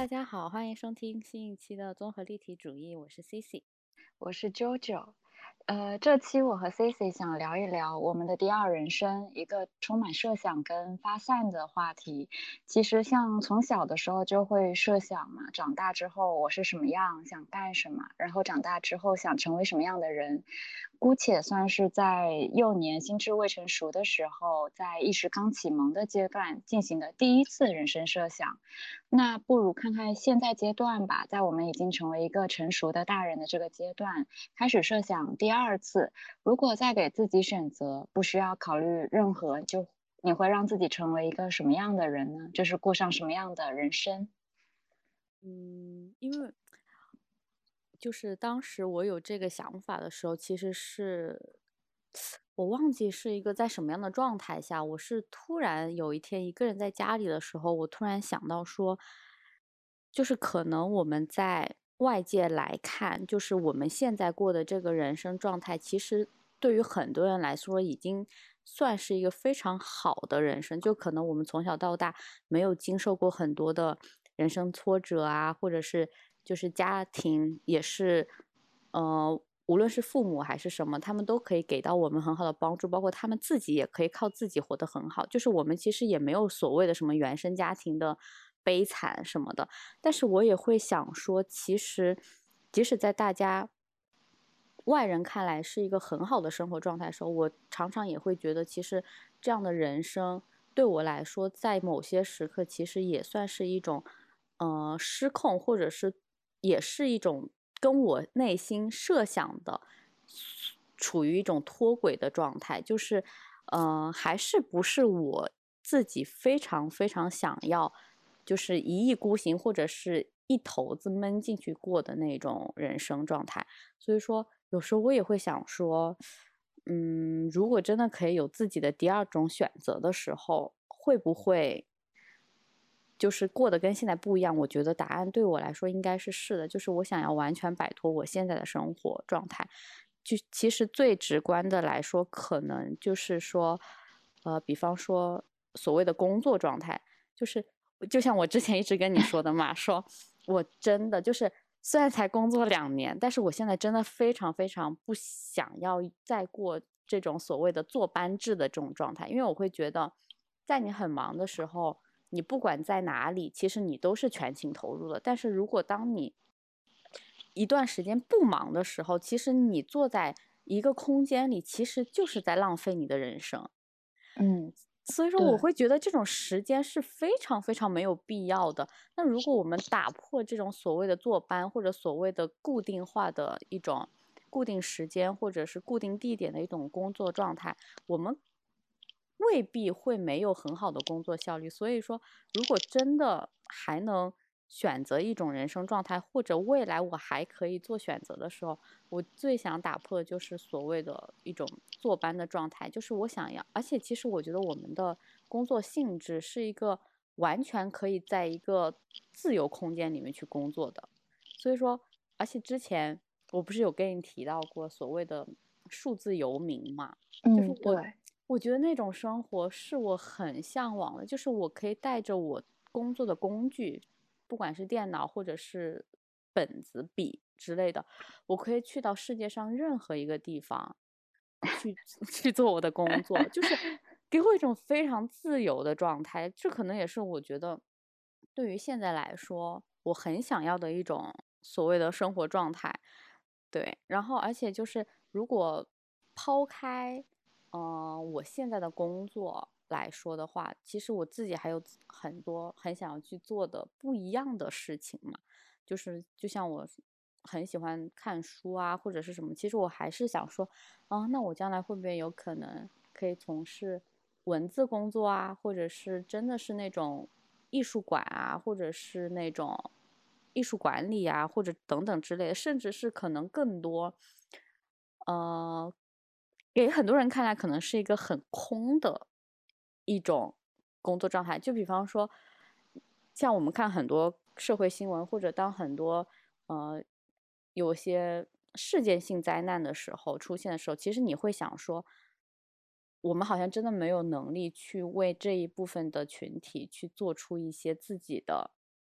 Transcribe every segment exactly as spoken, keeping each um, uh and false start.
大家好，欢迎收听新一期的综合立体主义，我是 Cici。 我是 JoJo。呃，这期我和 Cici 想聊一聊我们的第二人生，一个充满设想跟发散的话题。其实像从小的时候就会设想嘛，长大之后我是什么样，想干什么，然后长大之后想成为什么样的人。姑且算是在幼年心智未成熟的时候，在意识刚启蒙的阶段进行的第一次人生设想。那不如看看现在阶段吧，在我们已经成为一个成熟的大人的这个阶段，开始设想第二次，如果再给自己选择，不需要考虑任何，就你会让自己成为一个什么样的人呢？就是过上什么样的人生？ 嗯，因为就是当时我有这个想法的时候，其实是我忘记是一个在什么样的状态下，我是突然有一天一个人在家里的时候，我突然想到说，就是可能我们在外界来看，就是我们现在过的这个人生状态，其实对于很多人来说已经算是一个非常好的人生。就可能我们从小到大没有经受过很多的人生挫折啊，或者是就是家庭也是，呃，无论是父母还是什么，他们都可以给到我们很好的帮助，包括他们自己也可以靠自己活得很好。就是我们其实也没有所谓的什么原生家庭的悲惨什么的。但是我也会想说，其实即使在大家外人看来是一个很好的生活状态的时候，我常常也会觉得，其实这样的人生对我来说，在某些时刻其实也算是一种，呃，失控，或者是也是一种跟我内心设想的处于一种脱轨的状态，就是，呃，还是不是我自己非常非常想要，就是一意孤行或者是一头子闷进去过的那种人生状态。所以说，有时候我也会想说，嗯，如果真的可以有自己的第二种选择的时候，会不会就是过得跟现在不一样？我觉得答案对我来说应该是是的，就是我想要完全摆脱我现在的生活状态。就其实最直观的来说，可能就是说，呃，比方说所谓的工作状态，就是就像我之前一直跟你说的嘛，说我真的就是虽然才工作两年，但是我现在真的非常非常不想要再过这种所谓的坐班制的这种状态，因为我会觉得，在你很忙的时候，你不管在哪里，其实你都是全情投入的。但是如果当你一段时间不忙的时候，其实你坐在一个空间里，其实就是在浪费你的人生。 嗯， 所以说我对。 会觉得这种时间是非常非常没有必要的。那如果我们打破这种所谓的坐班，或者所谓的固定化的一种固定时间，或者是固定地点的一种工作状态，我们未必会没有很好的工作效率。所以说，如果真的还能选择一种人生状态，或者未来我还可以做选择的时候，我最想打破的就是所谓的一种坐班的状态，就是我想要，而且其实我觉得我们的工作性质是一个完全可以在一个自由空间里面去工作的。所以说，而且之前我不是有跟你提到过所谓的数字游民嘛，就是嗯， 我对。 我觉得那种生活是我很向往的，就是我可以带着我工作的工具，不管是电脑或者是本子、笔之类的，我可以去到世界上任何一个地方去去做我的工作，就是给我一种非常自由的状态。这可能也是我觉得对于现在来说，我很想要的一种所谓的生活状态。对，然后而且就是如果抛开嗯，呃我现在的工作来说的话，其实我自己还有自很多很想要去做的不一样的事情嘛。就是就像我很喜欢看书啊，或者是什么，其实我还是想说，啊，那我将来会不会有可能可以从事文字工作啊，或者是真的是那种艺术馆啊，或者是那种艺术管理啊，或者等等之类的，甚至是可能更多，呃，给很多人看来可能是一个很空的一种工作状态。就比方说，像我们看很多社会新闻，或者当很多呃有些事件性灾难的时候出现的时候，其实你会想说，我们好像真的没有能力去为这一部分的群体去做出一些自己的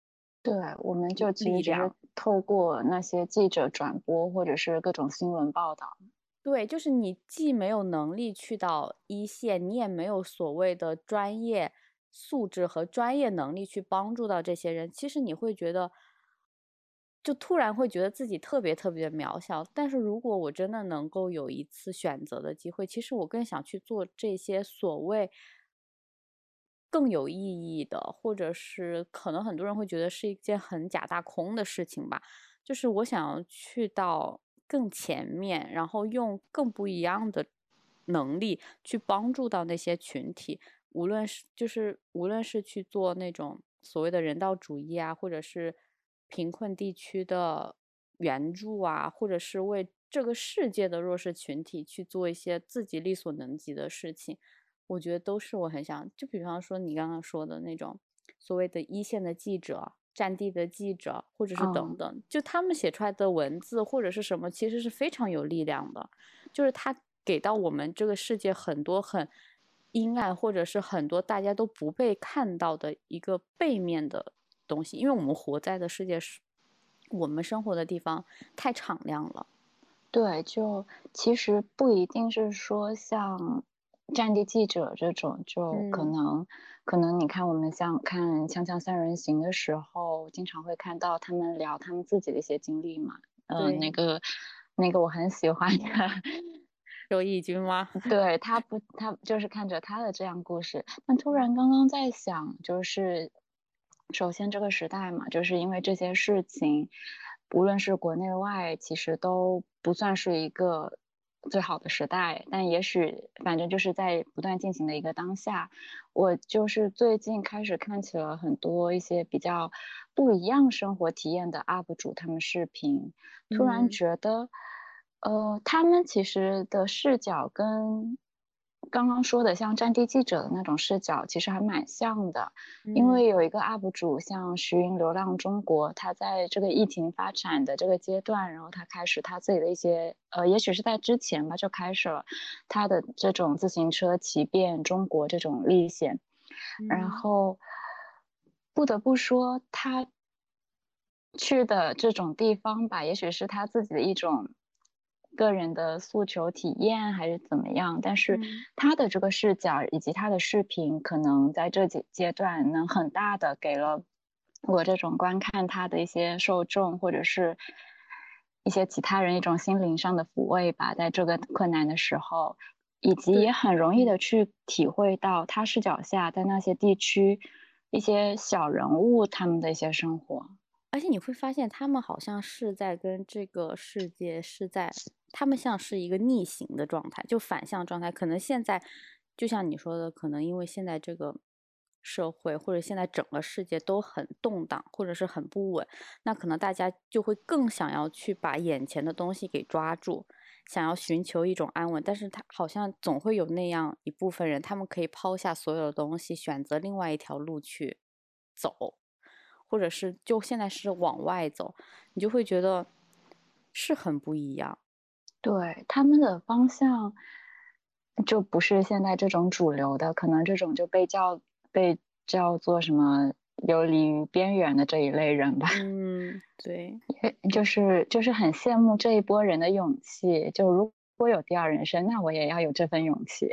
对，我们就其实只是力量。 透过那些记者转播或者是各种新闻报道。 对，就是你既没有能力去到一线，你也没有所谓的专业素质和专业能力去帮助到这些人，其实你会觉得就突然会觉得自己特别特别渺小。但是如果我真的能够有一次选择的机会，其实我更想去做这些所谓更有意义的，或者是可能很多人会觉得是一件很假大空的事情吧。就是我想要去到更前面，然后用更不一样的能力去帮助到那些群体，无论是就是无论是去做那种所谓的人道主义啊，或者是贫困地区的援助啊，或者是为这个世界的弱势群体去做一些自己力所能及的事情。我觉得都是我很想就比方说你刚刚说的那种所谓的一线的记者、战地的记者，或者是等嗯， 等，就他们写出来的文字或者是什么，其实是非常有力量的。就是他给到我们这个世界很多很阴暗，或者是很多大家都不被看到的一个背面的东西，因为我们活在的世界是我们生活的地方太敞亮了。 对，就其实不一定是说像战地记者这种，就可嗯， 能可能你看我们像看《锵锵三人行》的时候，经常会看到他们聊他们自己的一些经历嘛。呃，那对， 个那个我很喜欢的， 周轶君吗？ 对，他不，他就是看着他的这样故事。但突然刚刚在想，就是首先这个时代嘛，就是因为这些事情，无论是国内外，其实都不算是一个最好的时代。但也许，反正就是在不断进行的一个当下，我就是最近开始看起了很多一些比较不一样生活体验的 U P 主，他们视频。突然嗯觉得，呃，他们其实的视角跟刚刚说的像战地记者的那种视角其实还蛮像的。因嗯为有一个 U P 主像徐云流浪中国，他在这个疫情发展的这个阶段，然后他开始他自己的一些，呃，也许是在之前吧，就开始了他的这种自行车骑遍中国这种历险。然嗯后不得不说，他去的这种地方吧，也许是他自己的一种个人的诉求体验，还是怎么样。但是嗯。 他的这个视角以及他的视频，可能在这几阶段能很大的给了我这种观看他的一些受众，或者是一些其他人一种心灵上的抚慰吧，在这个困难的时候。以及对， 也很容易的嗯， 去体会到他视角下在那些地区一些小人物他们的一些生活。 而且你会发现他们好像是在跟这个世界是在他们像是一个逆行的状态，就反向状态。可能现在就像你说的，可能因为现在这个社会或者现在整个世界都很动荡，或者是很不稳，那可能大家就会更想要去把眼前的东西给抓住，想要寻求一种安稳。但是他好像总会有那样一部分人，他们可以抛下所有的东西，选择另外一条路去走。或者是就现在是往外走，你就会觉得是很不一样。 对，他们的方向就不是现在这种主流的，可能这种就被叫被叫做什么游离于边缘的这一类人吧。 嗯，对。 就是就是很羡慕这一波人的勇气。就如果有第二人生，那我也要有这份勇气。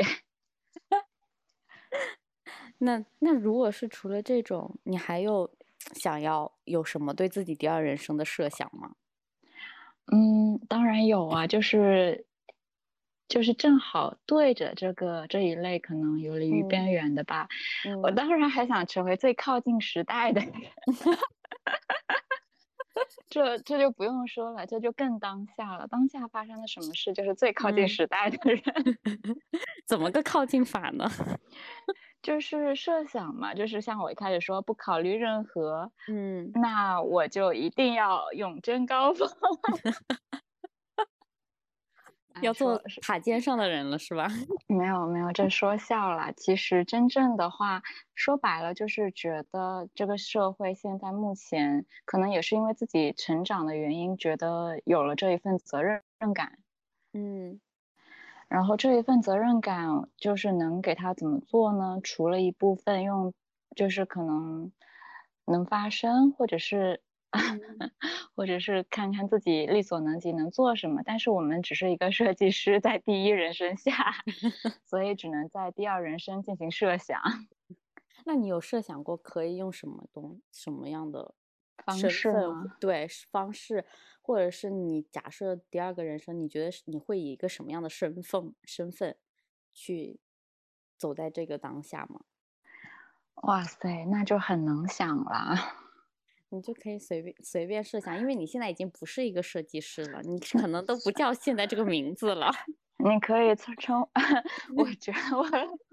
那那如果是除了这种，你还有想要有什么对自己第二人生的设想吗？ 嗯，当然有啊，就是就是正好对着这个这一类可能游离于嗯边缘的吧。我嗯当然还想成为最靠近时代的人。这这就不用说了，这就更当下了。当下发生了什么事，就是最靠近嗯， 时代的人。 怎么个靠近法呢？ 就是设想嘛，就是像我一开始说不考虑任何， 嗯， 那我就一定要永争高峰。哎， 要做说是塔尖上的人了是吧？ 没有没有，这说笑了。其实真正的话，说白了就是觉得这个社会现在目前可能也是因为自己成长的原因，觉得有了这一份责任感。 嗯然后这一份责任感就是能给他怎么做呢？除了一部分用，就是可能能发生，或者是嗯。 或者是看看自己力所能及能做什么。但是我们只是一个设计师，在第一人称下，所以只能在第二人称进行设想。 那你有设想过可以用什么东什么样的方身份或式吗？ 对，是方式，或者是你假设第二个人生，你觉得是你会以一个什么样的身份身份去走在这个当下吗？ 哇塞，那就很能想了。 你就可以随便随便设想，因为你现在已经不是一个设计师了，你可能都不叫现在这个名字了。 你可以称称，我觉得我，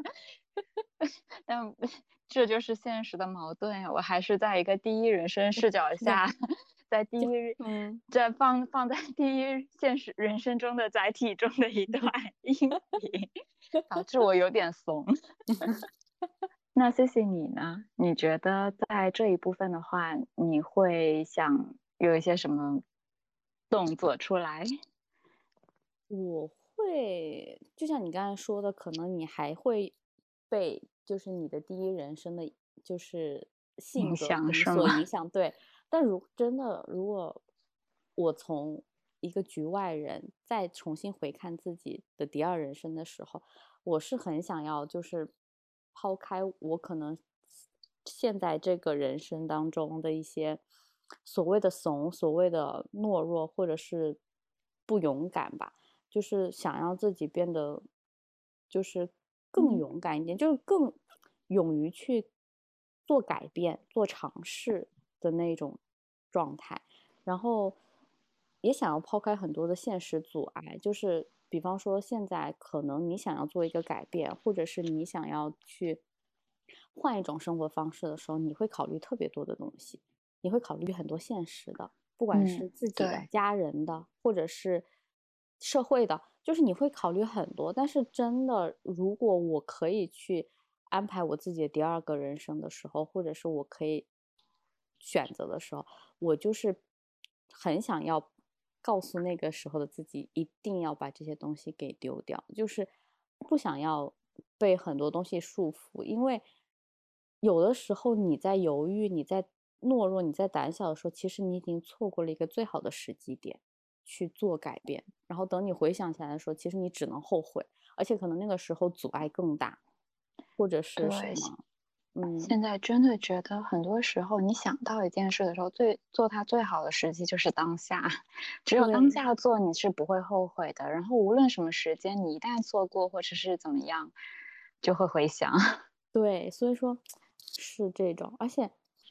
但这就是现实的矛盾呀。我还是在一个第一人称视角对， 下，在第就一， 嗯。 在放放在第一现实人生中的载体中的一段音频，导致我有点怂。那 C C 你呢？你觉得在这一部分的话，你会想有一些什么动作出来？ 我会就像你刚才说的，可能你还会被就是你的第一人生的就是性影格可能响是吗？ 所影响，对。但如真的，如果我从一个局外人再重新回看自己的第二人生的时候，我是很想要就是抛开我可能现在这个人生当中的一些所谓的怂、所谓的懦弱，或者是不勇敢吧。就是想要自己变得就是更嗯勇敢一点，就是更勇于去做改变、做尝试的那种状态。然后也想要抛开很多的现实阻碍，就是比方说现在可能你想要做一个改变，或者是你想要去换一种生活方式的时候，你会考虑特别多的东西，你会考虑很多现实的。不管嗯， 是自己的、 对， 家人的，或者是社会的，就是你会考虑很多。但是真的，如果我可以去安排我自己的第二个人生的时候，或者是我可以选择的时候，我就是很想要告诉那个时候的自己，一定要把这些东西给丢掉，就是不想要被很多东西束缚，因为有的时候你在犹豫、你在懦弱、你在胆小的时候，其实你已经错过了一个最好的时机点去做改变，然后等你回想起来的时候，其实你只能后悔，而且可能那个时候阻碍更大，或者是什对， 么，嗯， 现在真的觉得很多时候，你想到一件事的时候，最做它最好的时机就是当下。只有当对。 下做，你是不会后悔的。然后无论什么时间，你一旦错过或者是怎么样，就会回想。 对，所以说是这种，而且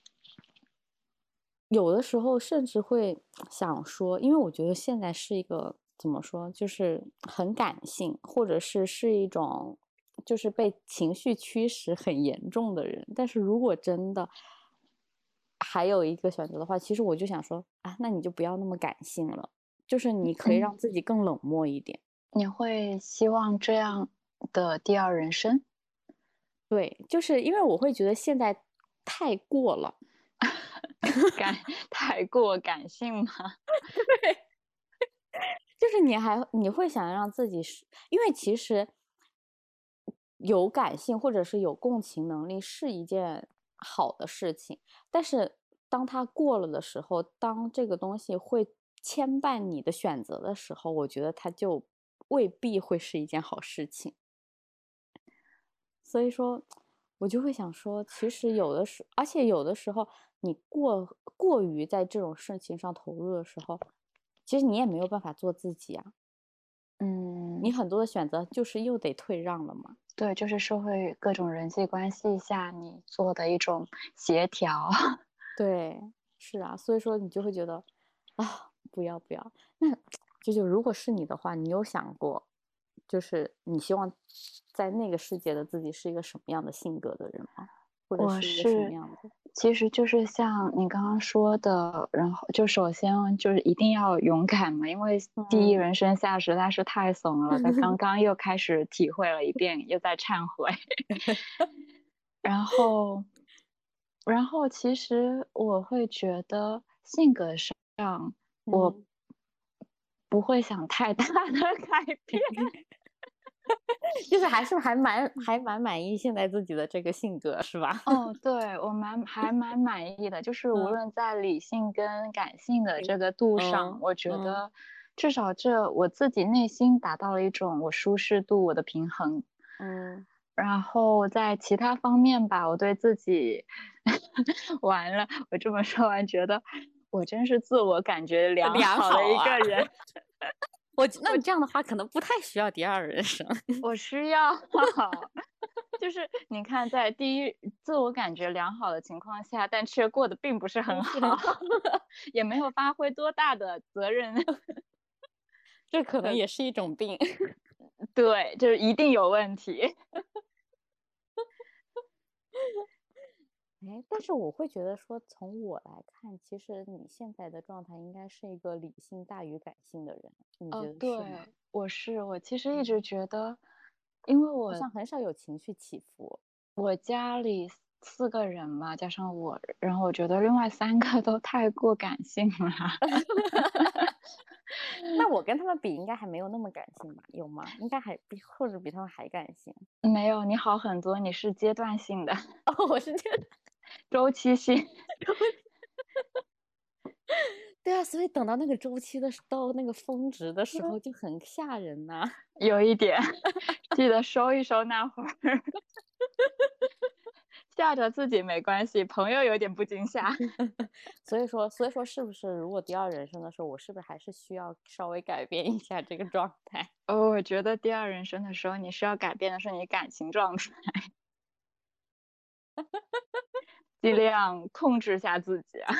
有的时候甚至会想说，因为我觉得现在是一个怎么说，就是很感性，或者是是一种就是被情绪驱使很严重的人。但是如果真的还有一个选择的话，其实我就想说啊，那你就不要那么感性了，就是你可以嗯， 让自己更冷漠一点。 你会希望这样的第二人生？ 对，就是因为我会觉得现在太过了。 感太过感性吗？ 就是你还你会想让自己是因为其实有感性或者是有共情能力是一件好的事情，但是当它过了的时候，当这个东西会牵绊你的选择的时候，我觉得它就未必会是一件好事情。所以说，我就会想说，其实有的时而且有的时候你过过于在这种事情上投入的时候，其实你也没有办法做自己啊。你嗯， 很多的选择就是又得退让了嘛。 对，就是社会各种人际关系下你做的一种协调。 对，是啊，所以说你就会觉得，啊，不要不要。那就就如果是你的话，你有想过，就是你希望在那个世界的自己是一个什么样的性格的人吗？或者我是一个什么是， 样的？ 其实就是像你刚刚说的，然后就首先就是一定要勇敢嘛，因为第一嗯。 人生下实在是太怂了，在刚刚又开始体会了一遍，又在忏悔。然后，然后其实我会觉得性格上我嗯。 不会想太大的改变。 就是还是还蛮还蛮满意现在自己的这个性格是吧？ 哦，对，我蛮还蛮满意的，就是无嗯， 论在理性跟感性的这个度上， 嗯我觉嗯得至少这我自己内心达到了一种我舒适度、我的平衡。 嗯， 然后在其他方面吧，我对自己完了，我这么说完，觉得我真是自我感觉良良好的一好啊。 个人。 我那你这样的话，可能不太需要第二人生。 我需要，就是你看，在第一自我感觉良好的情况下，但却过得并不是很好， 不是很好。 也没有发挥多大的责任。 这可能也是一种病。 对，就是一定有问题。 哎，但是我会觉得说，从我来看，其实你现在的状态应该是一个理性大于感性的人，你觉哦， 得是吗？ 对，我是，我其实一直嗯， 觉得，因为我好像很少有情绪起伏。 我家里四个人嘛，加上我，然后我觉得另外三个都太过感性了。 那我跟他们比，应该还没有那么感性吧？有吗？应该还比，或者比他们还感性。 没有，你好很多，你是阶段性的、 哦，我是这样。 周期性。 对啊，所以等到那个周期的时到那个峰值的时候就很吓人呐。 有一点，记得收一收那会儿。吓着自己没关系，朋友有点不惊吓。 所以说，所以说是不是如果第二人生的时候，我是不是还是需要稍微改变一下这个状态？ 哦，我觉得第二人生的时候，你需要改变的是你感情状态，尽量控制下自己啊。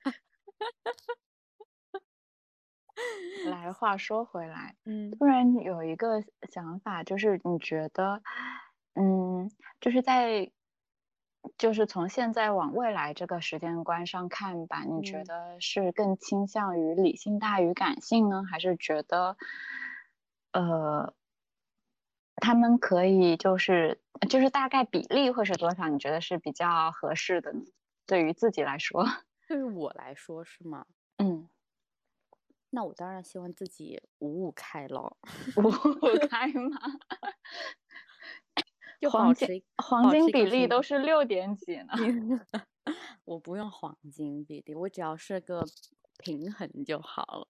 来，话说回来， 嗯突然有一个想法，就是你觉得，嗯，就是在，就是从现在往未来这个时间观上看吧，你觉嗯得是更倾向于理性大于感性呢，还是觉得，呃，他们可以就是就是大概比例会是多少？你觉得是比较合适的呢？对于自己来说。 对于我来说是吗？ 嗯， 那我当然希望自己五五开朗。 五五开吗？ 就黄金保持一黄金保持一比例都个平衡。 是六点几呢。 我不用黄金比例，我只要是个平衡就好了。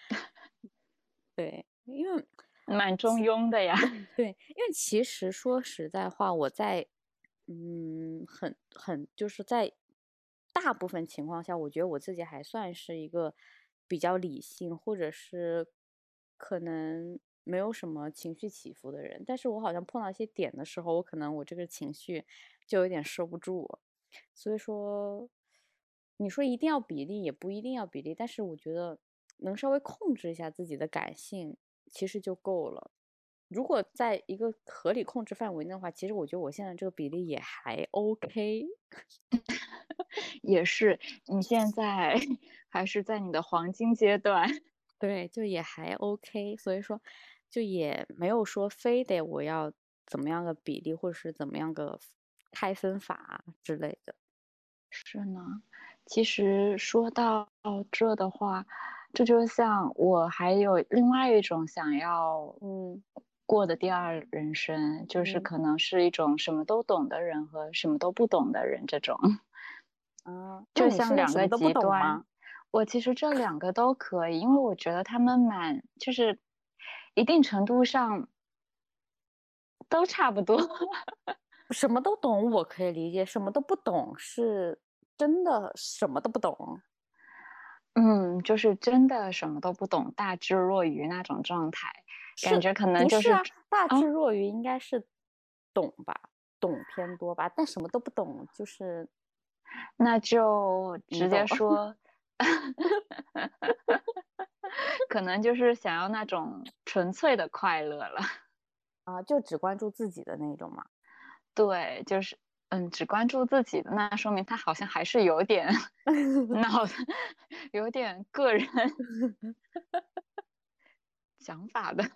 对，因为蛮中庸的呀。 对，因为其实说实在话，我在嗯，很很就是在大部分情况下，我觉得我自己还算是一个比较理性，或者是可能没有什么情绪起伏的人。但是我好像碰到一些点的时候，我可能我这个情绪就有点收不住。所以说，你说一定要比例，也不一定要比例，但是我觉得能稍微控制一下自己的感性，其实就够了。如果在一个合理控制范围内的话，其实我觉得我现在这个比例也还 OK。 也是，你现在还是在你的黄金阶段。 对，就也还 OK。所以说，就也没有说非得我要怎么样个比例，或者是怎么样个开分法之类的。 是呢，其实说到这的话，这就像我还有另外一种想要嗯过的第二人生，就是嗯可能是一种什么都懂的人和什么都不懂的人这种。 啊，那就你现在像两个什么都不极端。 懂吗？ 我其实这两个都可以，因为我觉得他们蛮就是一定程度上都差不多。 什么都懂我可以理解，什么都不懂是真的什么都不懂。 嗯，就是真的什么都不懂，大智若愚那种状态，感是觉可能就是不是啊？大啊， 智若愚应该是懂吧，懂偏多吧，但什么都不懂就是那就直接你懂。 说，可能就是想要那种纯粹的快乐了。 啊，就只关注自己的那种嘛。 对，就是嗯，只关注自己的，那说明他好像还是有点脑子，有点个人想法的。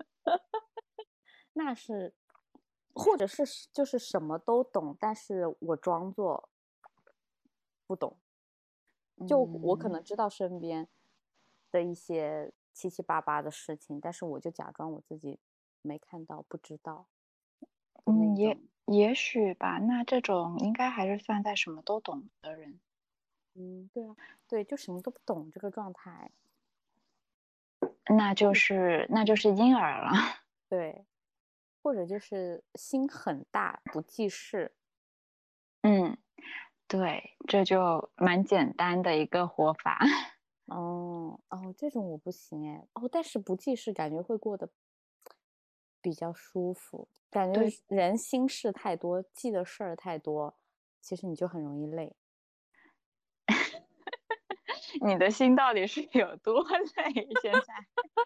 那是，或者是就是什么都懂，但是我装作不懂。就我可嗯， 能知道身边的一些七七八八的事情，但是我就假装我自己没看到，不知道的那嗯，也种。 也许吧，那这种应该还是算在什么都懂的人。 嗯，对啊，对，就什么都不懂这个状态。 那就是那就是婴儿了。 对，或者就是心很大，不记事。 嗯，对，这就蛮简单的一个活法。 哦哦，这种我不行哎。哦，但是不记事感觉会过得比较舒服，感觉对， 人心事太多，记的事儿太多，其实你就很容易累。 你的心到底是有多累？现在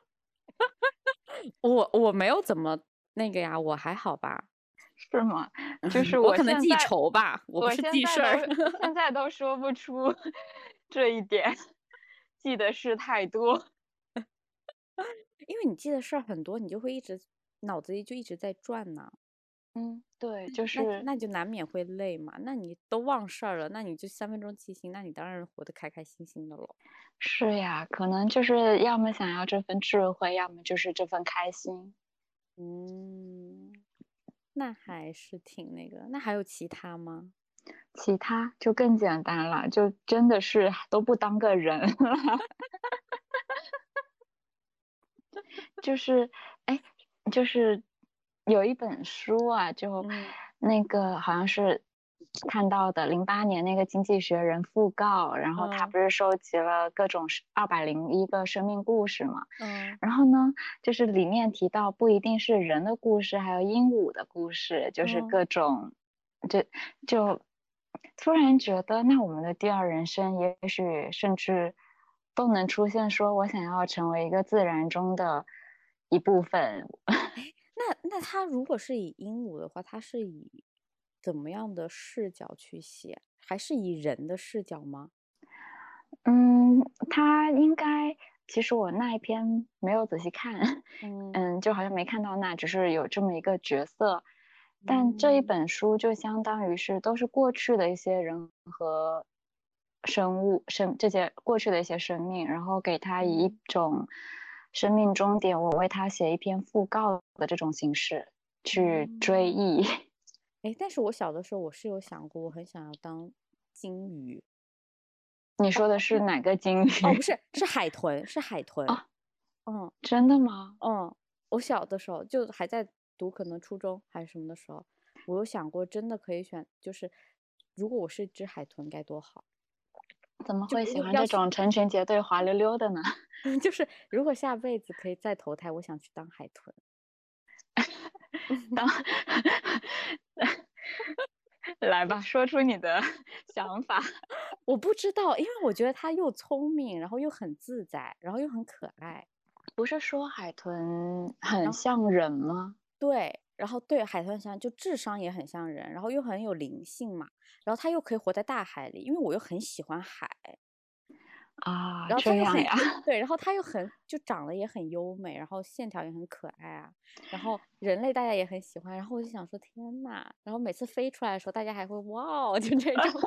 我我没有怎么那个呀，我还好吧。 是吗？就是我我可能记现在， 仇吧，我不我是记事儿。 现在都现在都说不出这一点，记的事太多。 因为你记的事儿很多，你就会一直脑子里就一直在转呢。 嗯，对，就是那那就难免会累嘛。那你都忘事儿了，那你就三分钟记性，那你当然活得开开心心的了。 是呀，可能就是要么想要这份智慧，要么就是这份开心。 嗯，那还是挺那个。那还有其他吗？ 其他就更简单了，就真的是都不当个人了。就是，哎，就是有一本书啊，就嗯那个好像是看到的，零八年那个《经济学人》讣告，然后他嗯不是收集了各种二百零一个生命故事嘛， 嗯然后呢，就是里面提到不一定是人的故事，还有鹦鹉的故事，就是嗯， 各种，就就突然觉得，那我们的第二人生，也许甚至都能出现说，我想要成为一个自然中的一部分。 那那他如果是以鹦鹉的话，他是以怎么样的视角去写？还是以人的视角吗？ 嗯，他应该，其实我那一篇没有仔细看， 嗯嗯，就好像没看到那，只是有这么一个角色。但这一嗯本书就相当于是都是过去的一些人和生物生这些过去的一些生命，然后给他以一嗯种生命终点，我为他写一篇讣告的这种形式去追嗯。 忆。 哎，但是我小的时候我是有想过，我很想要当金鱼。 你说的是哪个鲸哦，不鱼？ 是，是海豚，是海豚。 哦， 嗯真的吗？ 嗯，我小的时候就还在读可能初中还是什么的时候，我有想过，真的可以选，就是如果我是一只海豚该多好。 怎么就会喜欢如果要是这种成群结队滑溜溜的呢？ 就是如果下辈子可以再投胎，我想去当海豚。 当来吧，说出你的想法。 我不知道，因为我觉得它又聪明，然后又很自在，然后又很可爱。 不是说海豚很然后像人吗？ 对，然后对海豚像就智商也很像人，然后又很有灵性嘛，然后它又可以活在大海里，因为我又很喜欢海。 啊， 然后它又很这样呀。 对，然后它又很就长得也很优美，然后线条也很可爱啊，然后人类大家也很喜欢，然后我就想说天呐，然后每次飞出来的时候，大家还会哇哦，就这种。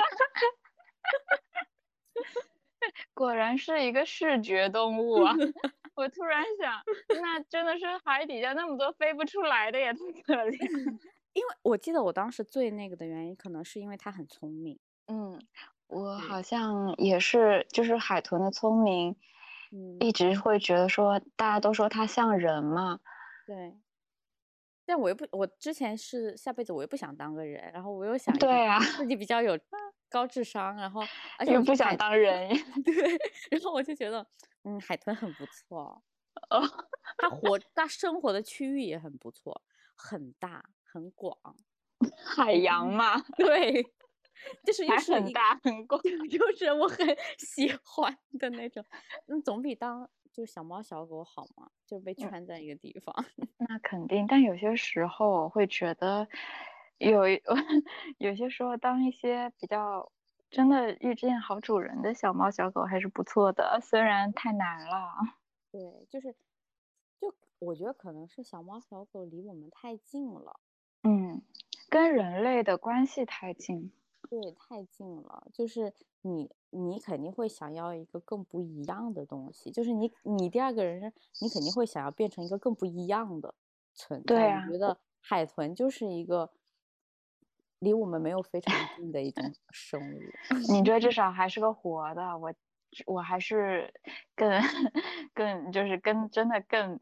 果然是一个视觉动物啊！我突然想，那真的是海底下那么多飞不出来的，也太可怜。 因为我记得我当时最那个的原因，可能是因为它很聪明。 嗯，我对， 好像也是，就是海豚的聪明， 嗯， 一直会觉得说，大家都说它像人嘛。 对。但我又不，我之前是下辈子我又不想当个人，然后我又想要对啊， 自己比较有高智商，然后而且我又不想觉得海， 当人。 对，然后我就觉得，嗯，海豚很不错。 哦， 它活它生活的区域也很不错，很大很广。 海洋嘛， 对，就是又还是一， 很大很广。 就就是我很喜欢的那种。那总比当就是小猫小狗好嘛，就被嗯， 圈在一个地方。 那肯定，但有些时候我会觉得有一有些时候当一些比较真的遇见好主人的小猫小狗还是不错的，虽然太难了。 对，就是就我觉得可能是小猫小狗离我们太近了。 嗯，跟人类的关系太近。 对，太近了，就是你你肯定会想要一个更不一样的东西，就是你你第二个人生，你肯定会想要变成一个更不一样的。 存在。 对啊， 我觉得海豚就是一个离我们没有非常近的一种生物。 你这至少还是个活的，我我还是更更就是更真的更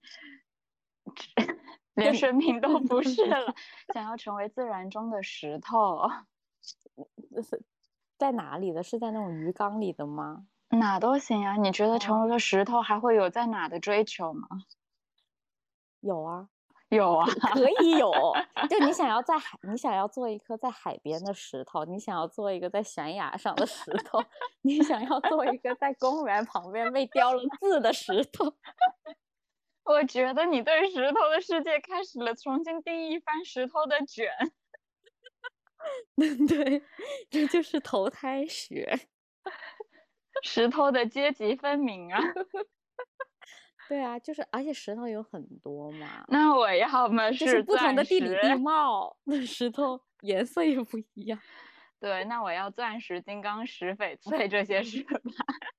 连更生命都不是了，想要成为自然中的石头。 是在哪里的？是在那种鱼缸里的吗？ 哪都行啊，你觉得成为哦， 了石头还会有在哪的追求吗？ 有啊， 有啊。 可以有。就你想要在海，你想要做一颗在海边的石头，你想要做一个在悬崖上的石头，你想要做一个在公园旁边被雕了字的石头。 我觉得你对石头的世界开始了重新定义一番石头的卷。 对，这就是投胎学。 石头的阶级分明啊。 对啊，就是而且石头有很多嘛， 那我要么就是是不同的地理钻石。 地貌，那石头颜色也不一样。 对，那我要钻石、金刚石、翡翠这些是吧？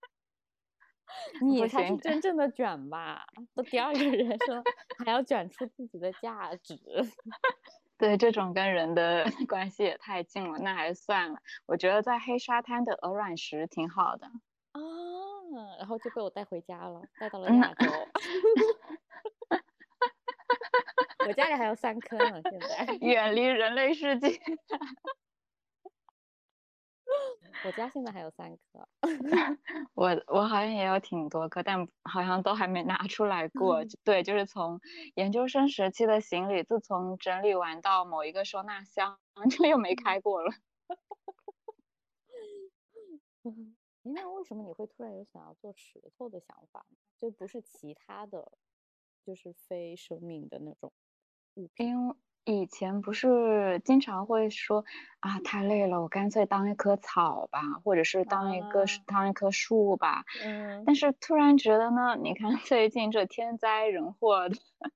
你不行。 才是真正的卷吧？都第二个人生还要卷出自己的价值。 对，这种跟人的关系也太近了，那还是算了。我觉得在黑沙滩的鹅卵石挺好的。 啊，然后就被我带回家了，带到了嗯。 亚洲。我家里还有三颗呢，现在。 远离人类世界。 我家现在还有三颗。 我我好像也有挺多颗，但好像都还没拿出来过。对，就是从研究生时期的行李，自从整理完到某一个收纳箱，就又没开过了。 嗯，诶那为什么你会突然有想要做石头的想法呢？就不是其他的，就是非生命的那种物品因为以前不是经常会说啊，太累了，我干脆当一棵草吧，或者是当一个啊？ 当一棵树吧。 嗯， 但是突然觉得呢，你看最近这天灾人祸的，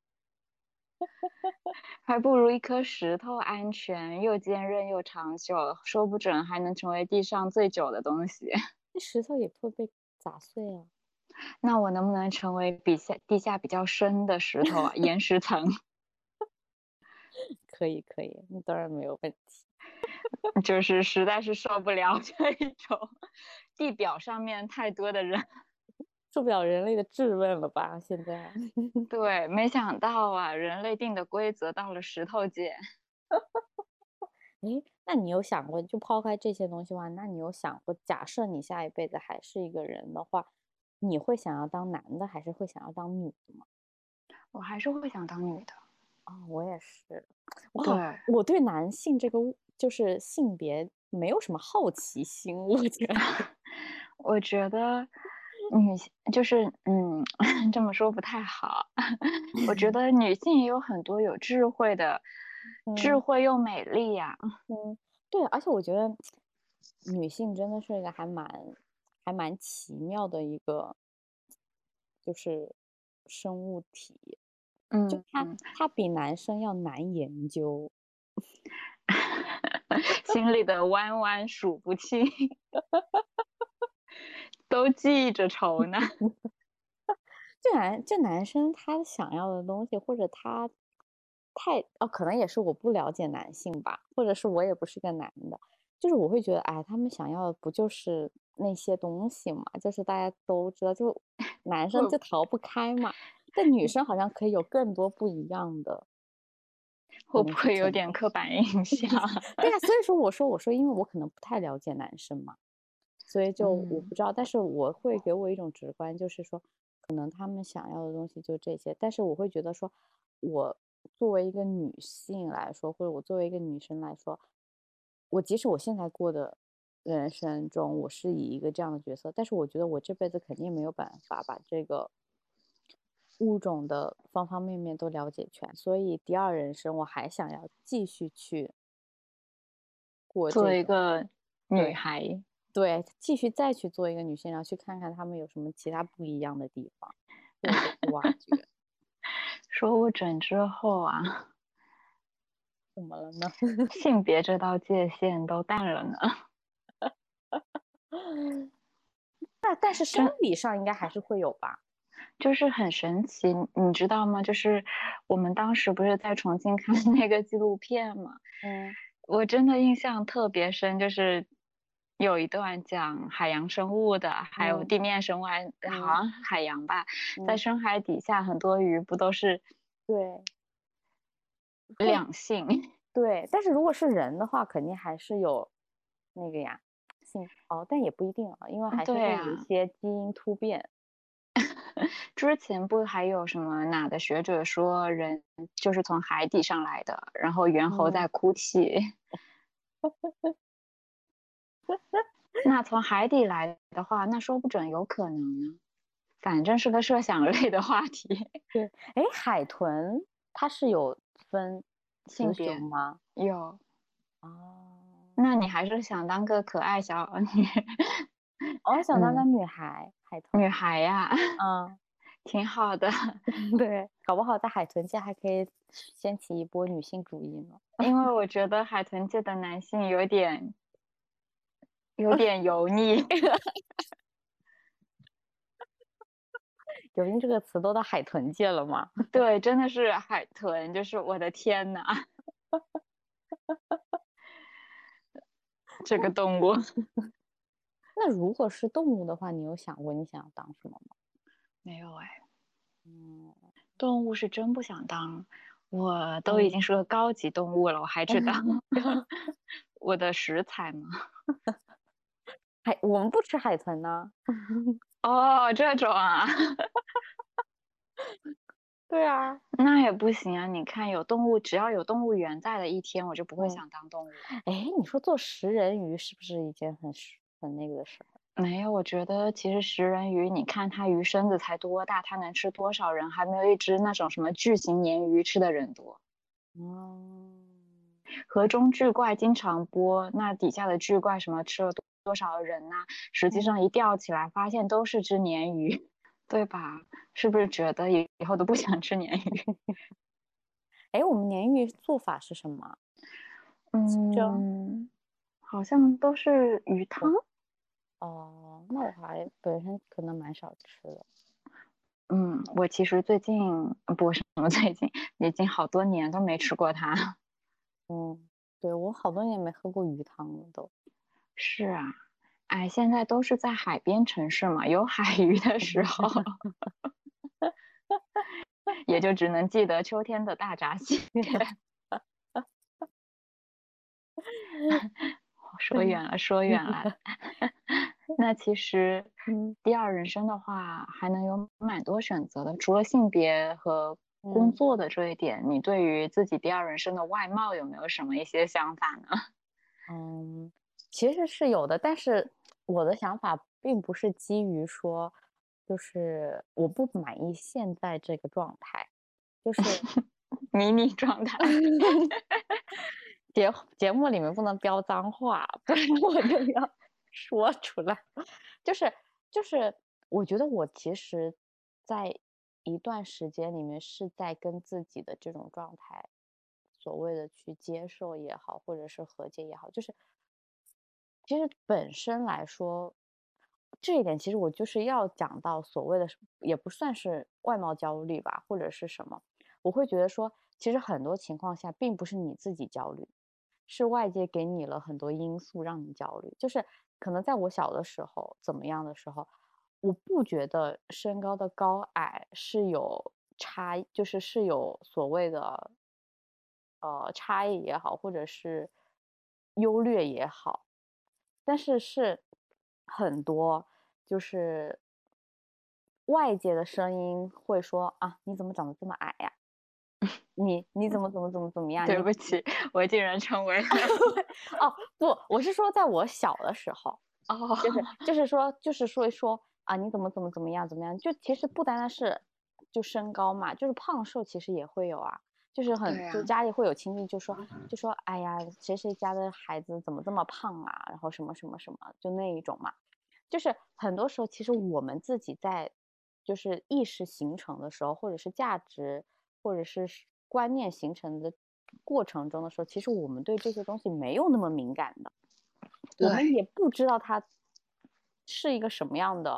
还不如一颗石头安全，又坚韧又长久，说不准还能成为地上最久的东西。 那石头也会被砸碎啊。 那我能不能成为比下地下比较深的石头啊，岩石层？ 可以可以，那当然没有问题。 就是实在是受不了这一种地表上面太多的人。 受不了人类的质问了吧？现在。 对，没想到啊，人类定的规则到了石头界。 诶，那你有想过，就抛开这些东西的话，那你有想过，假设你下一辈子还是一个人的话，你会想要当男的，还是会想要当女的吗？ 我还是会想当女的。 啊、我也是。我好， 对， 我对男性这个物就是性别没有什么好奇心，我觉得。 我觉得女性就是嗯，这么说不太好。我觉得女性也有很多有智慧的，智嗯慧又美丽呀、 嗯，对，而且我觉得女性真的是一个还蛮还蛮奇妙的一个就是生物体。就它嗯嗯。 它比男生要难研究。 心里的弯弯数不清。都记着愁呢。 这男这男生他想要的东西，或者他太哦，可能也是我不了解男性吧，或者是我也不是个男的，就是我会觉得，哎，他们想要的不就是那些东西嘛？就是大家都知道，就男生就会逃不开嘛，但女生好像可以有更多不一样的会不东西会有点存在。 刻板印象？ 对呀，所以说我说我说，因为我可能不太了解男生嘛。所以就我嗯， 不知道，但是我会给我一种直观，就是说，可能他们想要的东西就这些，但是我会觉得说，我作为一个女性来说，或者我作为一个女生来说，我即使我现在过的人生中，我是以一个这样的角色，但是我觉得我这辈子肯定没有办法把这个物种的方方面面都了解全，所以第二人生我还想要继续去过作这个。 为一个女对。 孩。 对，继续再去做一个女性，然后去看看她们有什么其他不一样的地方，这种再去挖掘。 说不准之后啊， 怎么了呢？ 性别这道界限都淡了呢。 但但是生真理上应该还是会有吧？ 就是很神奇，你知道吗？就是我们当时不是在重庆看那个纪录片嘛， 嗯我真的印象特别深，就是有一段讲海洋生物的，还有嗯地面生物，还好嗯像海洋吧，在嗯， 深海底下很多鱼不都是对，或两性？ 对，但是如果是人的话，肯定还是有那个呀，性哦，但也不一定啊，因为还是会有一对啊， 些基因突变。 之前不还有什么哪的学者说人就是从海底上来的，然后猿猴在嗯， 哭泣。那从海底来的话，那说不准有可能呢。反正是个设想类的话题。 对，哎，海豚它是有分雌性别雄吗？ 有， 哦， 那你还是想当个可爱小女我想当个嗯女孩，海豚。 女孩呀， 嗯， 挺好的。 对，搞不好在海豚界还可以掀起一波女性主义呢。 因为我觉得海豚界的男性有点有点油腻。 “油腻”这个词都到海豚界了吗？ 对，真的是海豚，就是我的天呐，这个动物。 那如果是动物的话，你有想过你想要当什么吗？ 没有哎， 嗯动物是真不想当。我都已嗯， 经是个高级动物了，我还去当我的食材吗？ 海我们不吃海豚呢。 哦，这种啊。 对啊， 那也不行啊！你看，有动物，只要有动物园在的一天，我就不会嗯， 想当动物。 哎，你说做食人鱼是不是一件很是很那个的事儿？ 没有，我觉得其实食人鱼，你看它鱼身子才多大，它能吃多少人，还没有一只那种什么巨型鲶鱼吃的人多。 哦， 河中巨怪经常播，那底下的巨怪什么吃了多多少人呐、实际嗯， 上一钓起来，发现都是只鲶鱼，对吧？是不是觉得以以后都不想吃鲶鱼？ 哎，我们鲶鱼做法是什么？清蒸？ 嗯，好像都是鱼汤。 哦，那我还本身可能蛮少吃的。 嗯，我其实最近呃不是什么最近，已经好多年都没吃过它。 嗯，对，我好多年没喝过鱼汤了都。 是啊，哎，现在都是在海边城市嘛，有海鱼的时候，也就只能记得秋天的大闸蟹。说远了，说远了。那其实嗯第二人生的话，还能有蛮多选择的。除了性别和工嗯作的这一点，你对于自己第二人生的外貌有没有什么一些想法呢？ 嗯，其实是有的，但是我的想法并不是基于说，就是我不满意现在这个状态，就是迷你状态。 节节目里面不能飙脏话，不然我就要说出来。就是就是，我觉得我其实，在一段时间里面是在跟自己的这种状态，所谓的去接受也好，或者是和解也好，就是其实本身来说，这一点其实我就是要讲到所谓的是也不算是外貌焦虑吧，或者是什么，我会觉得说，其实很多情况下并不是你自己焦虑，是外界给你了很多因素让你焦虑。就是可能在我小的时候怎么样的时候，我不觉得身高的高矮是有差异，就是是有所谓的呃差异也好，或者是优劣也好，但是是很多就是外界的声音会说啊，你怎么长得这么矮呀？你你怎么怎么怎么怎么样？你对不起，我竟然成为了哦不，我是说在我小的时候， 哦， 就是就是说就是说一说啊，你怎么怎么怎么样怎么样？就其实不单单是就身高嘛，就是胖瘦其实也会有啊。就是很就对啊， 家里会有亲戚就说就说哎呀，谁谁家的孩子怎么这么胖啊？然后什么什么什么，就那一种嘛。就是很多时候，其实我们自己在就是意识形成的时候，或者是价值，或者是是观念形成的过程中的时候，其实我们对这些东西没有那么敏感的，我们对， 也不知道它是一个什么样的，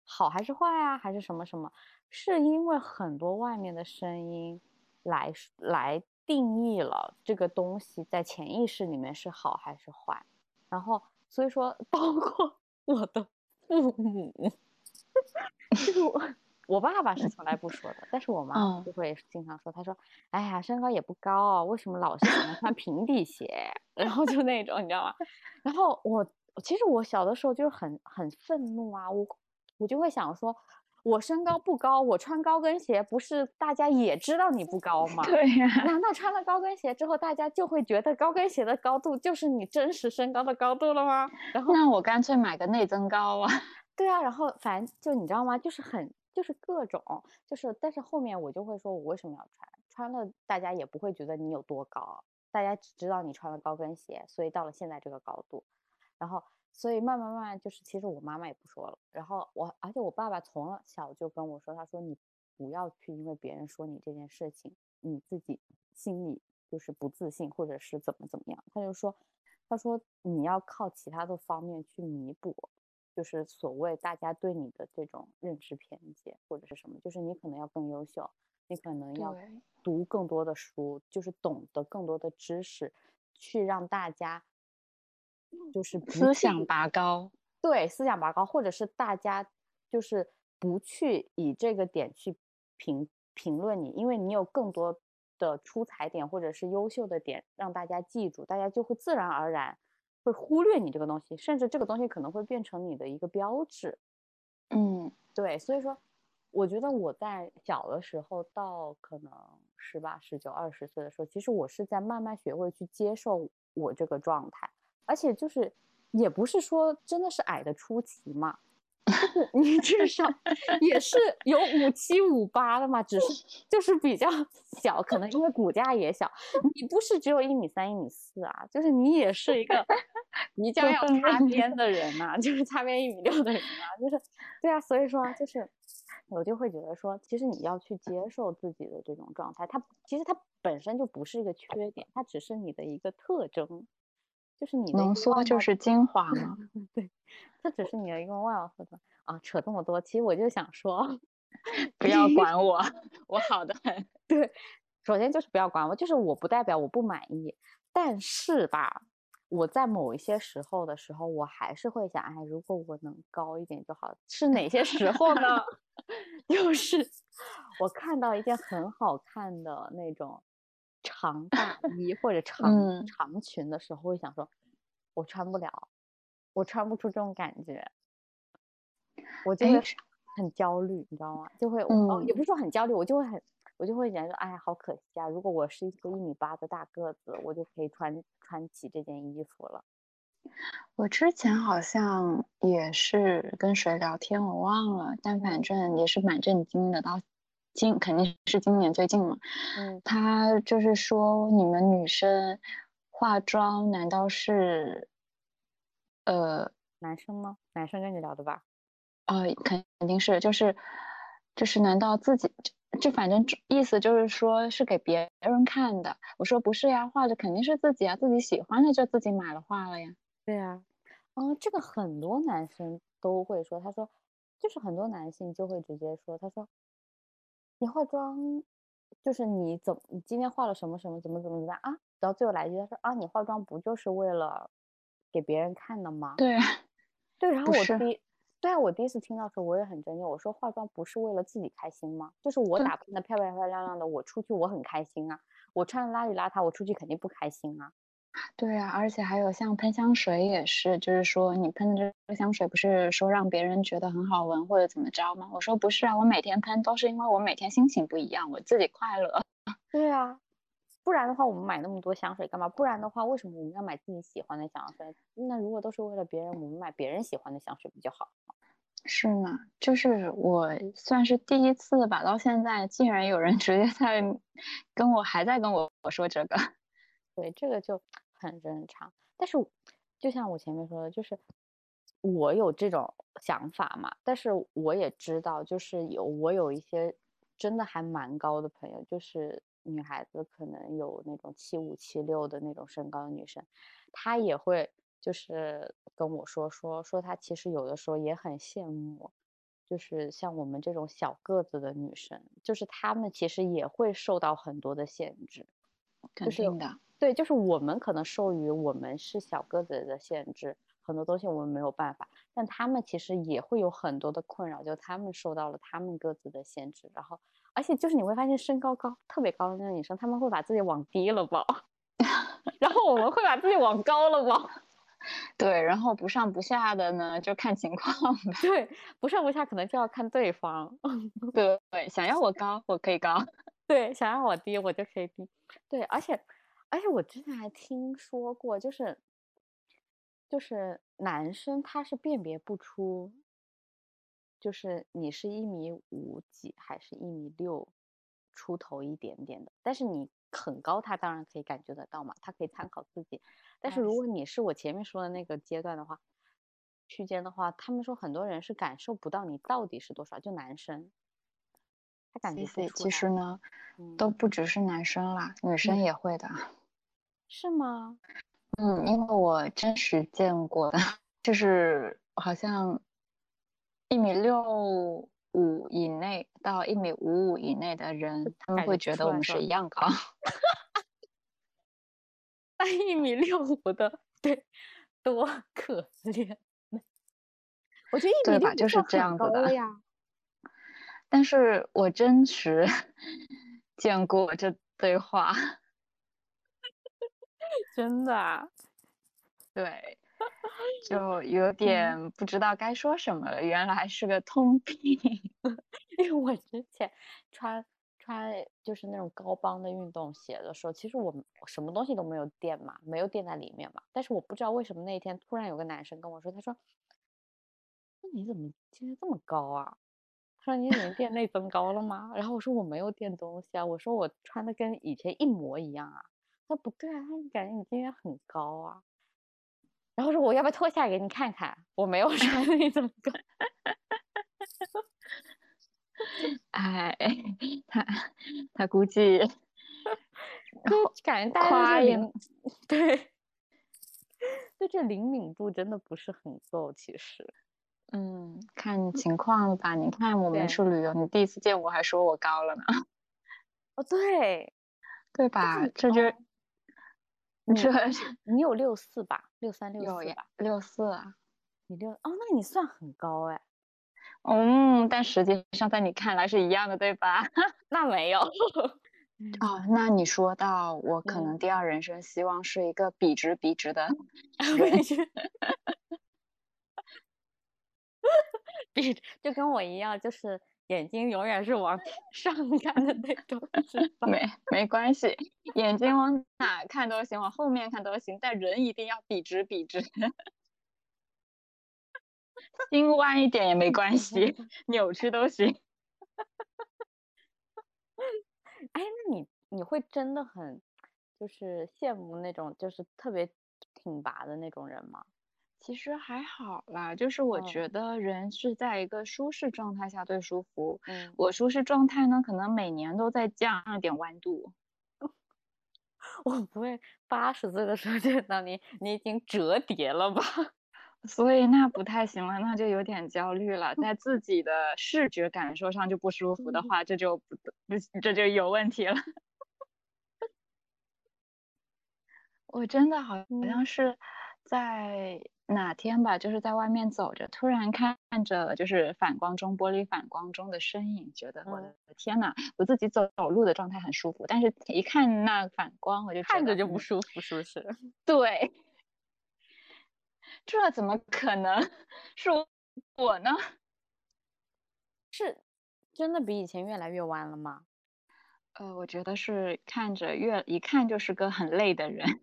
好还是坏啊，还是什么什么？是因为很多外面的声音来来定义了这个东西在潜意识里面是好还是坏。然后所以说，包括我的父母，就是我我爸爸是从来不说的，但是我妈妈嗯， 就会经常说，她说：“哎呀，身高也不高啊，为什么老是喜欢穿平底鞋？”然后就那种，你知道吗？然后我其实我小的时候就是很很愤怒啊，我我就会想说，我身高不高，我穿高跟鞋，不是大家也知道你不高吗？ 对呀， 难道穿了高跟鞋之后，大家就会觉得高跟鞋的高度就是你真实身高的高度了吗？然后那我干脆买个内增高啊。 对啊，然后反正就你知道吗？就是很就是各种，就是但是后面我就会说，我为什么要穿？穿了大家也不会觉得你有多高，大家只知道你穿了高跟鞋，所以到了现在这个高度，然后所以慢慢慢慢就是其实我妈妈也不说了，然后我而且我爸爸从小就跟我说，他说你不要去因为别人说你这件事情，你自己心里就是不自信或者是怎么怎么样，他就说他说你要靠其他的方面去弥补。就是所谓大家对你的这种认知偏见或者是什么，就是你可能要更优秀，你可能要对， 读更多的书，就是懂得更多的知识，去让大家就是不思想去拔高。 对，思想拔高，或者是大家就是不去以这个点去评评论你，因为你有更多的出彩点或者是优秀的点让大家记住，大家就会自然而然会忽略你这个东西，甚至这个东西可能会变成你的一个标志。 嗯， 对，所以说，我觉得我在小的时候到可能十八、十九、二十岁的时候，其实我是在慢慢学会去接受我这个状态，而且就是也不是说真的是矮的出奇嘛，就是你至少也是有五七五八的嘛，只是就是比较小，可能因为骨架也小，你不是只有一米三、一米四啊，就是你也是一个即将过要分认真。 擦边的人呐、就是擦边一米六的人呐、就是对啊，所以说就是我就会觉得说，其实你要去接受自己的这种状态，它其实它本身就不是一个缺点，它只是你的一个特征，就是你的一浓个外貌。 缩就是精华嘛。 对，这只是你的一个外貌特征啊。扯这么多，其实我就想说， 不要管我，我好的很。 对，首先就是不要管我，就是我不代表我不满意，但是吧，我在某一些时候的时候，我还是会想，哎，如果我能高一点就好。是哪些时候呢？就是我看到一件很好看的那种长大衣或者长嗯， 长裙的时候，会想说，我穿不了，我穿不出这种感觉。我就会哎， 很焦虑，你知道吗？就会哦，也嗯， 不是说很焦虑，我就会很，我就会觉得说，哎，好可惜啊！如果我是一个一米八的大个子，我就可以穿穿起这件衣服了。 我之前好像也是跟谁聊天，我忘了，但反嗯正也是蛮震惊的。到今肯定是今年最近嘛， 嗯， 他就是说你们女生化妆难道是呃男生吗？男生跟你聊的吧？ 呃肯定是就是就是难道自己就就反正意思就是说是给别人看的？我说不是呀，画的肯定是自己啊，自己喜欢的就自己买了画了呀。 对呀，嗯，这个很多男生都会说，他说，就是很多男性就会直接说，他说你化妆，就是你怎你今天化了什么什么怎么怎么怎么样啊？然后最后来一句，他说啊，你化妆不就是为了给别人看的吗？ 对啊， 对，然后不是， 我第一对啊，我第一次听到的时候我也很震惊，我说化妆不是为了自己开心吗？就是我对。 打扮的漂漂漂亮亮的，我出去我很开心啊，我穿的邋里邋遢，我出去肯定不开心啊。 对啊，而且还有像喷香水也是，就是说你喷的这个香水不是说让别人觉得很好闻或者怎么着吗？我说不是啊，我每天喷都是因为我每天心情不一样，我自己快乐。 对啊，不然的话我们买那么多香水干嘛？不然的话为什么我们要买自己喜欢的香水？那如果都是为了别人，我们买别人喜欢的香水不就好？ 是呢，就是我算是第一次吧，到现在竟然有人直接在跟我还在跟我我说这个。 对，这个就很正常。但是就像我前面说的，就是我有这种想法嘛，但是我也知道，就是有我有一些真的还蛮高的朋友，就是女孩子可能有那种七五七六的那种身高的女生，她也会就是跟我说说说她其实有的时候也很羡慕。 就是像我们这种小个子的女生，就是她们其实也会受到很多的限制。就是肯定的。 对，就是我们可能受于我们是小个子的限制，很多东西我们没有办法，但他们其实也会有很多的困扰，就他们受到了他们各自的限制，然后而且就是你会发现身高高特别高的那个女生，她们会把自己往低了抱，然后我们会把自己往高了抱。 对，然后不上不下的呢，就看情况吧。 对，不上不下可能就要看对方。 对对，想要我高，我可以高。 对，想让我低，我就可以低。对，而且而且我之前还听说过，就是就是男生他是辨别不出，就是你是一米五几还是一米六出头一点点的，但是你很高，他当然可以感觉得到嘛，他可以参考自己。但是哎， 如果你是我前面说的那个阶段的话，区间的话，他们说很多人是感受不到你到底是多少，就男生他感觉不 C C， 出来。 其实呢，都嗯， 不只是男生啦，女生女也会的。 是吗？ 嗯，因为我真实见过的，就是好像一米六五以内到一米五五以内的人，他们感觉会不出来是吧？ 觉得我们是一样高。 那一米六五的，对，多可怜。我觉得一米对吧？ 六不就是这算很样子的。 高了呀。 但是我真实见过这对话。 真的啊。 对，就有嗯， 点不知道该说什么了，原来是个通病。 因为我之前穿穿就是那种高帮的运动鞋的时候，其实我什么东西都没有垫嘛，没有垫在里面嘛。但是我不知道为什么那一天突然有个男生跟我说，他说：“那你怎么今天这么高啊？”他说：“你已经垫内增高了吗？”然后我说：“我没有垫东西啊，我说我穿的跟以前一模一样啊。”他说：“不对啊，他说感觉你今天很高啊。”然后说：“我要不要脱下来给你看看？我没有穿内增高。” 哎，他他估计就感觉大家对这夸一， 灵，对，对这灵敏度真的不是很够，其实。 嗯，看情况吧。你看我们对， 去旅游，你第一次见我还说我高了呢。 哦对， 对吧？ 但是这就哦，你这你有六四吧？六三六有呀， 四吧？ 六四啊。 你六哦，那你算很高哎。 嗯，但实际上在你看来是一样的，对吧？ 那没有。 哦，那你说到我可能嗯， 第二人生希望是一个笔直笔直的我也人。 觉得比就跟我一样，就是眼睛永远是往上看的那种，是吧？ 没没关系，眼睛往哪看都行，往后面看都行，但人一定要笔直笔直。心弯一点也没关系，扭曲都行。 哎，那你你会真的很就是羡慕那种就是特别挺拔的那种人吗？ 其实还好啦，就是我觉嗯得人是在一个舒适状态下最舒服。 嗯， 我舒适状态呢，可能每年都在降一点弯度。 我不会八十岁的时候见到你，你已经折叠了吧？ 所以那不太行了，那就有点焦虑了，在自己的视觉感受上就不舒服的话，这就不不这就有问题了。我真的好嗯像是在哪天吧，就是在外面走着，突然看着就是反光中玻璃反光中的身影，觉得我嗯， 的天呐，我自己走走路的状态很舒服，但是一看那反光，我就觉看着得，嗯， 就不舒服，是不是？ 对，这怎么可能是我呢？ 是真的比以前越来越弯了吗？ 呃，我觉得是看着越一看就是个很累的人。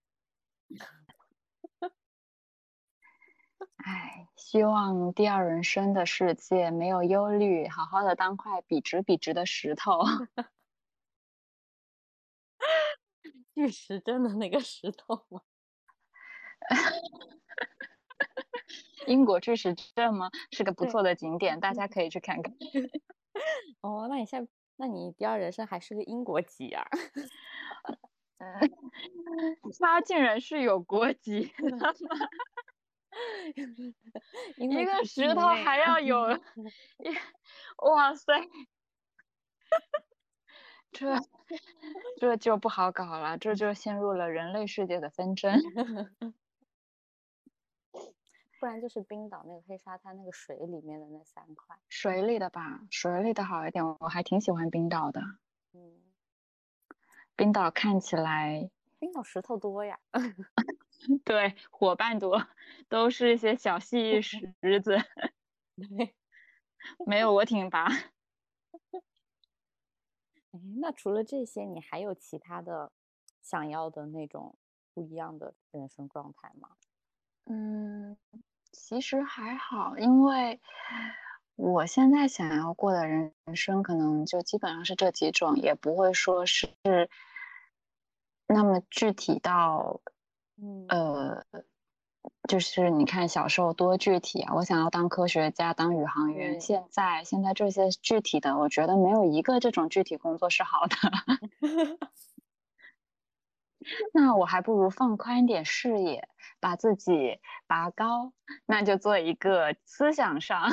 唉，希望第二人生的世界没有忧虑，好好的当块笔直笔直的石头。 巨石阵的那个石头吗？ 英国巨石阵吗？是个不对。 错的景点，大家可以去看看。 哦，那你现在，那你第二人生还是个英国籍啊？ 嗯，他竟然是有国籍的。 因为在一个石头境内啊。 还要有，哇塞，这这就不好搞了，这就陷入了人类世界的纷争。 不然就是冰岛那个黑沙滩那个水里面的那三块。 水里的吧，水里的好一点，我还挺喜欢冰岛的。 嗯， 冰岛看起来， 冰岛石头多呀。 对，伙伴多，都是一些小细石子， 对。 没有我挺拔。 哎，那除了这些，你还有其他的想要的那种不一样的人生状态吗？ 嗯，其实还好，因为我现在想要过的人生，可能就基本上是这几种，也不会说是那么具体到， 嗯， 呃，就是你看小时候多具体啊，我想要当科学家、当宇航员， 对。 现在现在这些具体的，我觉得没有一个这种具体工作是好的。那我还不如放宽点视野，把自己拔高，那就做一个思想上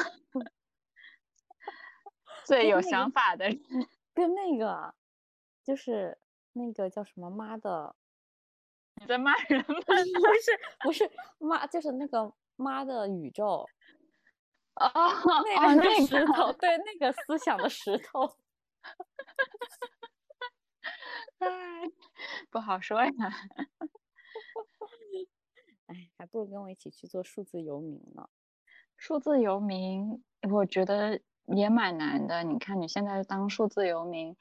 最有跟那个想法的人。 跟那个就是那个叫什么妈的。 你在骂人吗？ 不是不是妈，就是那个妈的宇宙。 哦哦， 那两个那个， 石头，对，那个思想的石头。 哎，不好说呀。 哎，还不如跟我一起去做数字游民呢。 数字游民，我觉得也蛮难的。你看你现在当数字游民，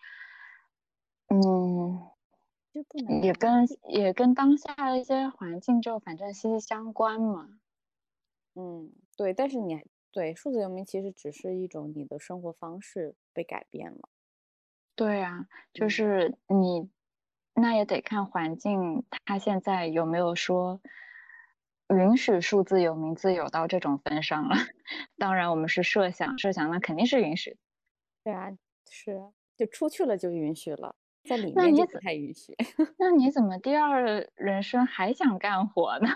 嗯， 就不难啊。 也跟也跟当下的一些环境就反正息息相关嘛。 嗯，对，但是你还对数字游民其实只是一种你的生活方式被改变了。 对啊，就嗯， 是你，那也得看环境，它现在有没有说允许数字游民自由到这种份上了。当然，我们是设想，设想那肯定是允许的。 对啊，是，就出去了就允许了，在里面就不那你怎， 太允许。 那你怎么第二人生还想干活呢？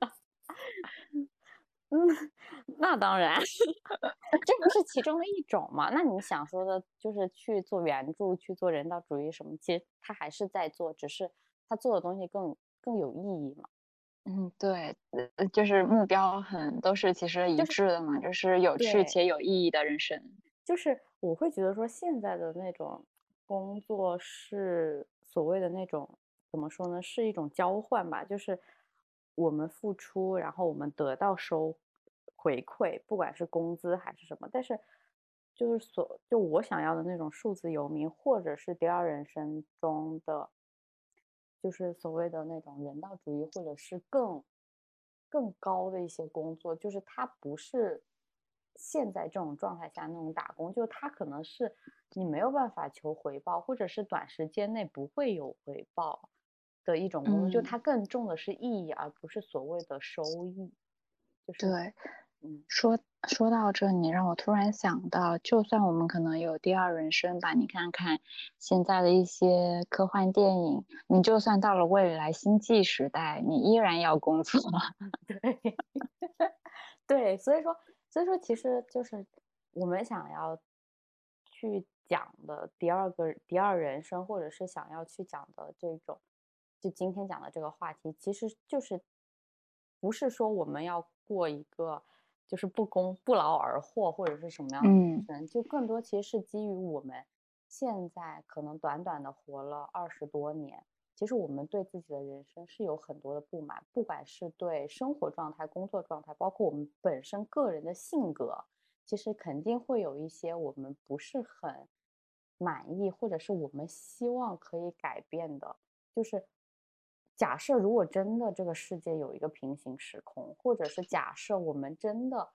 嗯，那当然。这不是其中的一种嘛？那你想说的就是去做援助，去做人道主义什么，其实他还是在做，只是他做的东西更更有意义嘛。 嗯，对，呃，就是目标很都是其实一就是致的嘛，就是有趣对， 且有意义的人生。 就是我会觉得说现在的那种工作是所谓的那种怎么说呢，是一种交换吧，就是我们付出，然后我们得到收回馈，不管是工资还是什么。但是就是所就我想要的那种数字游民，或者是第二人生中的，就是所谓的那种人道主义，或者是更更高的一些工作，就是它不是现在这种状态下那种打工，就它可能是你没有办法求回报，或者是短时间内不会有回报的一种工作，就嗯， 它更重的是意义，而不是所谓的收益。就是对。 嗯， 说说到这，你让我突然想到，就算我们可能有第二人生吧，你看看现在的一些科幻电影，你就算到了未来星际时代，你依然要工作。 对。对，所以说，所以说，其实就是我们想要去讲的第二个第二人生，或者是想要去讲的这种，就今天讲的这个话题，其实就是不是说我们要过一个就是不公不劳而获或者是什么样的嗯人生，就更多其实是基于我们现在可能短短的活了二十多年。其实我们对自己的人生是有很多的不满，不管是对生活状态、工作状态，包括我们本身个人的性格，其实肯定会有一些我们不是很满意，或者是我们希望可以改变的。就是假设如果真的这个世界有一个平行时空，或者是假设我们真的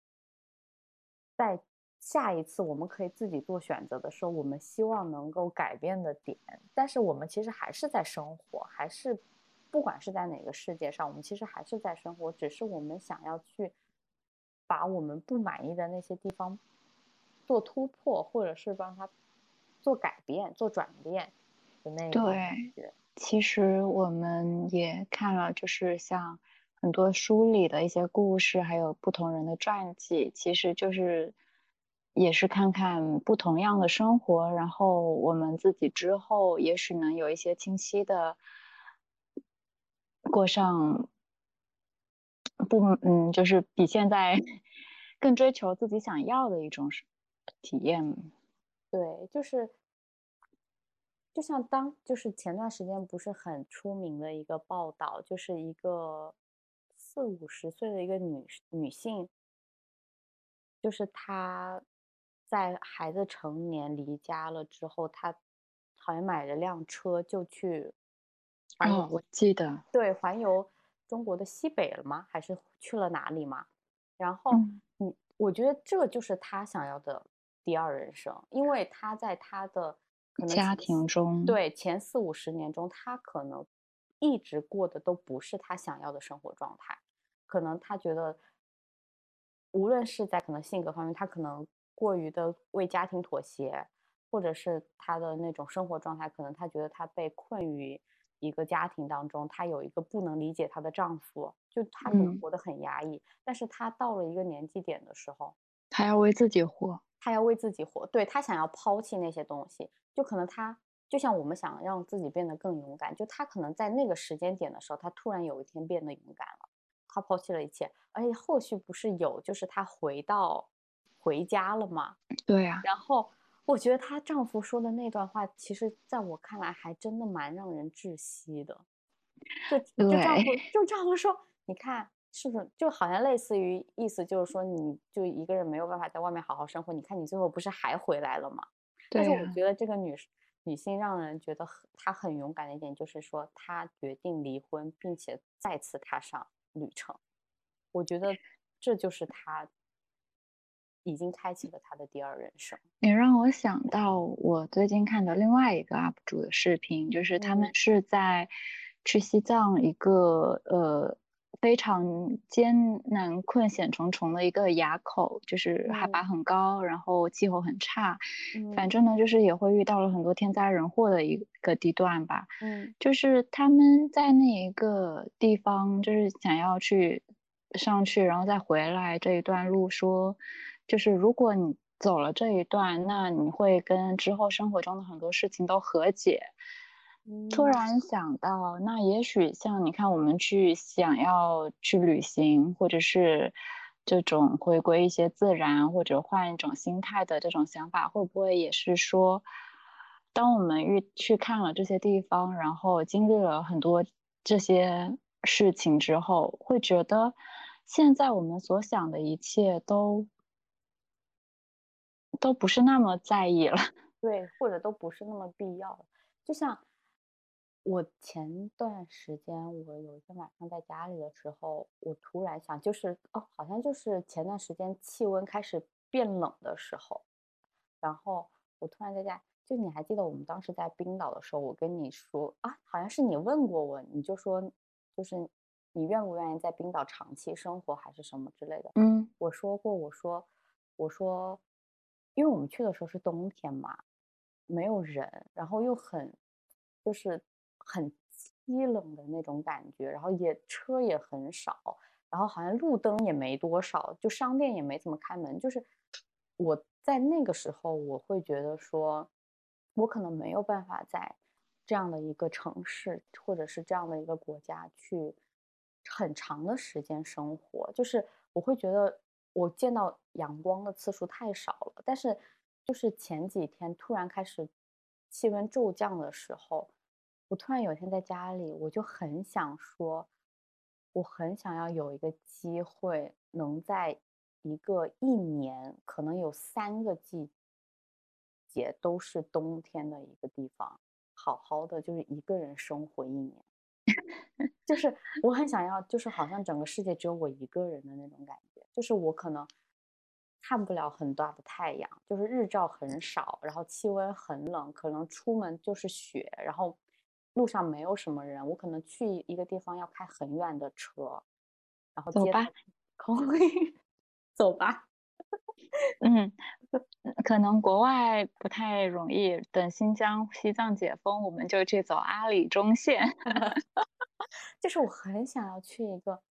在下一次我们可以自己做选择的时候，我们希望能够改变的点，但是我们其实还是在生活，还是不管是在哪个世界上，我们其实还是在生活，只是我们想要去把我们不满意的那些地方做突破，或者是帮他做改变、做转变的那种感对， 觉。 其实我们也看了，就是像很多书里的一些故事，还有不同人的传记，其实就是也是看看不同样的生活，然后我们自己之后也许能有一些清晰的过上不嗯，就是比现在更追求自己想要的一种是体验。 对，就是就像当就是前段时间不是很出名的一个报道，就是一个四五十岁的一个女女性，就是她在孩子成年离家了之后，她好像买了辆车就去环游， 哦，我记得。 对，环游中国的西北了吗？还是去了哪里吗？然后嗯， 你，我觉得这就是他想要的第二人生，因为他在他的可能家前四庭中。 对前四五十年中，他可能一直过的都不是他想要的生活状态，可能他觉得，无论是在可能性格方面，他可能过于的为家庭妥协，或者是他的那种生活状态，可能他觉得他被困于一个家庭当中，她有一个不能理解她的丈夫，就她可能嗯， 活得很压抑，但是她到了一个年纪点的时候， 他要为自己活。 她要为自己活，对，她想要抛弃那些东西，就可能她就像我们想让自己变得更勇敢，就她可能在那个时间点的时候，她突然有一天变得勇敢了，她抛弃了一切，而且后续不是有就是她回到回家了吗？ 对啊。 然后我觉得她丈夫说的那段话，其实在我看来还真的蛮让人窒息的。就就丈夫对。 就丈夫说，你看是不是就好像类似于意思就是说，你就一个人没有办法在外面好好生活，你看你最后不是还回来了吗？但是我对呀。 觉得这个女女性让人觉得很她很勇敢的一点就是说，她决定离婚，并且再次踏上旅程。我觉得这就是她已经开启了她的第二人生。 你让我想到我最近看的另外一个 U P 主的视频，就是他们嗯是在去西藏一个呃非常艰难困险重重的一个垭口，就是海嗯拔很高，然后气候很差，反嗯正呢就是也会遇到了很多天灾人祸的一个地段吧。 嗯就是他们在那一个地方，就是想要去上去，然后再回来这一段路说，就是如果你走了这一段，那你会跟之后生活中的很多事情都和解。突嗯然想到，那也许像你看，我们去想要去旅行，或者是这种回归一些自然，或者换一种心态的这种想法，会不会也是说，当我们遇去看了这些地方，然后经历了很多这些事情之后，会觉得现在我们所想的一切都都不是那么在意了。 对，或者都不是那么必要的。就像我前段时间，我有一天晚上在家里的时候，我突然想，就是哦，好像就是前段时间气温开始变冷的时候，然后我突然在家，就你还记得我们当时在冰岛的时候，我跟你说啊，好像是你问过我，你就说就是你愿不愿意在冰岛长期生活还是什么之类的。 嗯。 我说过，我说我说，因为我们去的时候是冬天嘛，没有人，然后又很就是很凄冷的那种感觉，然后也车也很少，然后好像路灯也没多少，就商店也没怎么开门。就是我在那个时候，我会觉得说，我可能没有办法在这样的一个城市，或者是这样的一个国家去很长的时间生活。就是我会觉得我见到阳光的次数太少了。但是就是前几天突然开始气温骤降的时候，我突然有一天在家里，我就很想说，我很想要有一个机会，能在一个一年可能有三个季节都是冬天的一个地方，好好的就是一个人生活一年。就是我很想要，就是好像整个世界只有我一个人的那种感觉。就是我可能看不了很大的太阳，就是日照很少，然后气温很冷，可能出门就是雪，然后路上没有什么人，我可能去一个地方要开很远的车，然后街道走吧。 空走吧。 嗯，可能国外不太容易，等新疆、西藏解封，我们就去走阿里中线。 就是我很想要去一个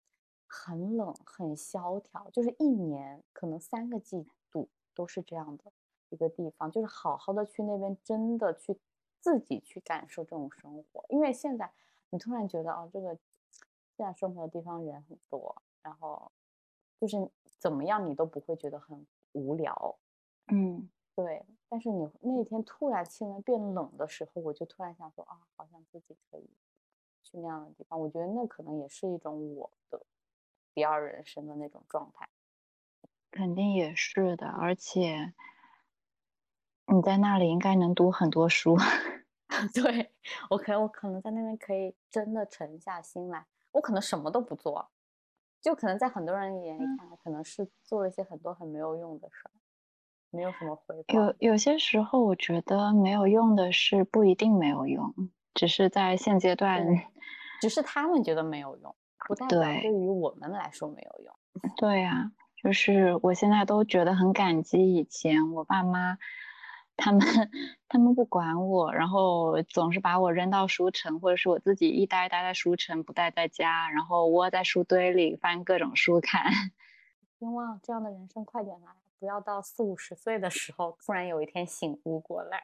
很冷、很萧条，就是一年可能三个季度都是这样的一个地方，就是好好的去那边真的去自己去感受这种生活。因为现在你突然觉得，哦，这个现在生活的地方人很多，然后就是怎么样你都不会觉得很无聊。 嗯。 对，但是你那天突然气温变冷的时候，我就突然想说，啊，好像自己可以去那样的地方。我觉得那可能也是一种我的第二人生的那种状态。 肯定也是的，而且你在那里应该能读很多书。 对，我可能我可能在那边可以真的沉下心来，我可能什么都不做，就可能在很多人眼里嗯， 看来，可能是做了一些很多很没有用的事儿，没有什么回报。 有有些时候，我觉得没有用的事不一定没有用，只是在现阶段。 对，只是他们觉得没有用，不代表对对于我们来说没有用。 对呀，就是我现在都觉得很感激以前我爸妈，他们他们不管我，然后总是把我扔到书城，或者是我自己一呆待在书城，不待在家，然后窝在书堆里翻各种书看。 希望这样的人生快点来，不要到四五十岁的时候，突然有一天醒悟过来。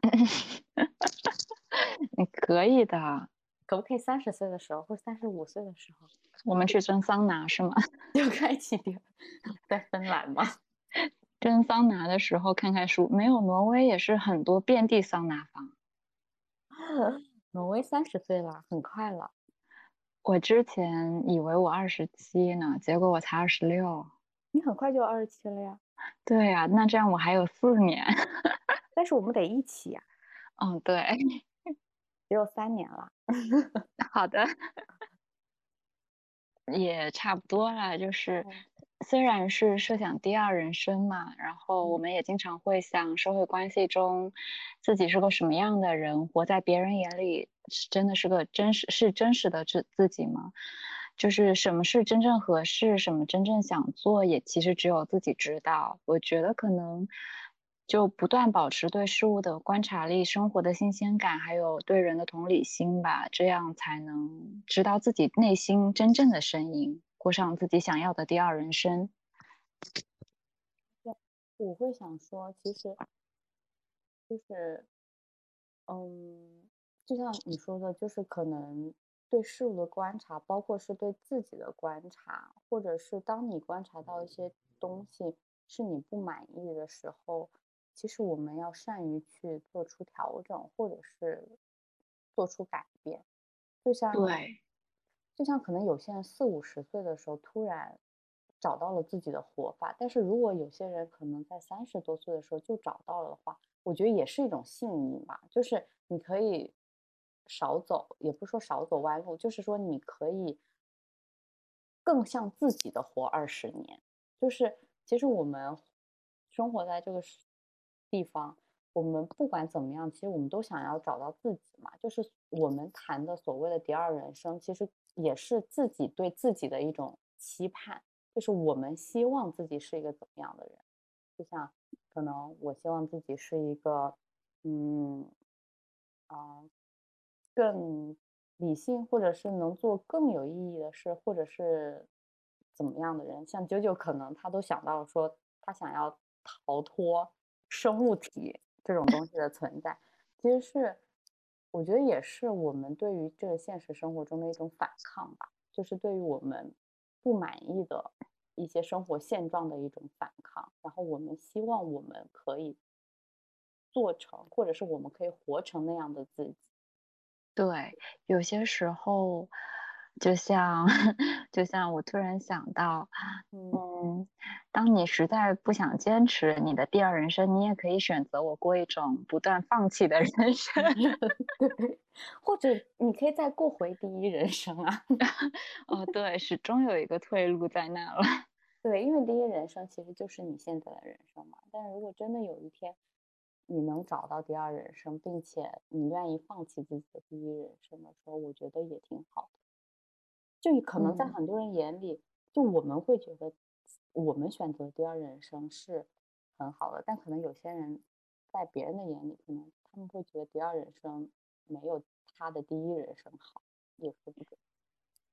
你可以的， 可不可以三十岁的时候，或三十五岁的时候， 我们去蒸桑拿是吗？ 就开启点在芬兰吗？ 蒸桑拿的时候看看书，没有，挪威也是很多遍地桑拿房。 挪威三十岁了，很快了。 我之前以为我二十七呢，结果我才二十六。 你很快就二十七了呀， 对呀，那这样我还有四年。 但是我们得一起呀， 嗯，对。 只有三年了。 好的。也差不多啦，就是嗯虽然是设想第二人生嘛，然后我嗯， 们也经常会想社会关系中自己是个什么样的人，活在别人眼里是真的是个真实是真实的自自己吗？就是什么是真正合适，什么真正想做，也其实只有自己知道。我觉得可能就不断保持对事物的观察力、生活的新鲜感，还有对人的同理心吧，这样才能知道自己内心真正的声音，过上自己想要的第二人生。 对，我会想说，其实就是，嗯，就像你说的，就是可能对事物的观察，包括是对自己的观察，或者是当你观察到一些东西是你不满意的时候，其实我们要善于去做出调整，或者是做出改变。就像， 对。 就像可能有些人四五十岁的时候突然找到了自己的活法，但是如果有些人可能在三十多岁的时候就找到了的话，我觉得也是一种幸运吧。就是你可以少走，也不是说少走弯路，就是说你可以更像自己的活二十年。就是其实我们生活在这个地方，我们不管怎么样，其实我们都想要找到自己嘛。就是我们谈的所谓的第二人生，其实也是自己对自己的一种期盼，就是我们希望自己是一个怎么样的人。就像可能我希望自己是一个，嗯，啊、更理性，或者是能做更有意义的事，或者是怎么样的人。像九九，可能他都想到说，他想要逃脱生物体这种东西的存在，其实是我觉得也是我们对于这个现实生活中的一种反抗吧，就是对于我们不满意的一些生活现状的一种反抗。然后我们希望我们可以做成，或者是我们可以活成那样的自己。 对，有些时候，就像就像我突然想到， 嗯。 嗯，当你实在不想坚持你的第二人生，你也可以选择我过一种不断放弃的人生。 对，或者你可以再过回第一人生啊。 哦，对，始终有一个退路在那了。 对，因为第一人生其实就是你现在的人生嘛。但是如果真的有一天你能找到第二人生，并且你愿意放弃自己的第一人生的时候，我觉得也挺好的。就可能在嗯。 很多人眼里，就我们会觉得我们选择第二人生是很好的，但可能有些人在别人的眼里，可能他们会觉得第二人生没有他的第一人生好，也说不准。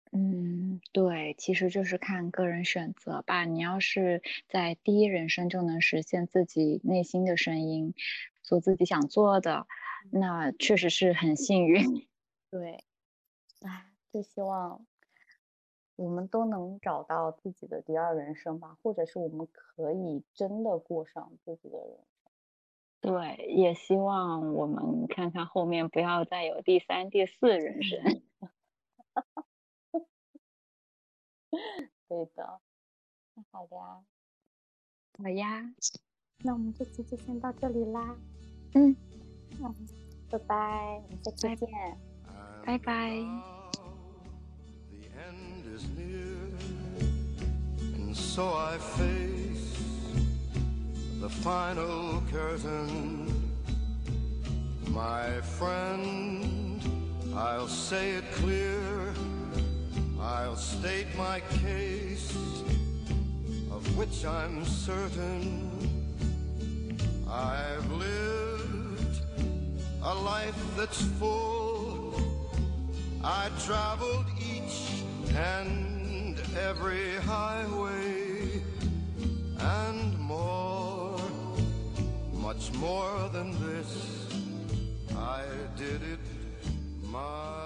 嗯，对，其实就是看个人选择吧。你要是在第一人生就能实现自己内心的声音，做自己想做的，那确实是很幸运。 对，唉，就希望我们都能找到自己的第二人生吧，或者是我们可以真的过上自己的人对，也希望我们看看后面不要再有第三、第四人生。 生。对的，那好呀， 好呀， 那我们这期就先到这里啦。 嗯， 嗯，拜拜，我们下期拜见。 拜拜。 The end is near, and so I face the final curtain. My friend, I'll say it clear, I'll state my case, of which I'm certain. I've lived a life that's full. I traveled each and every highway, and more, much more than this, I did it my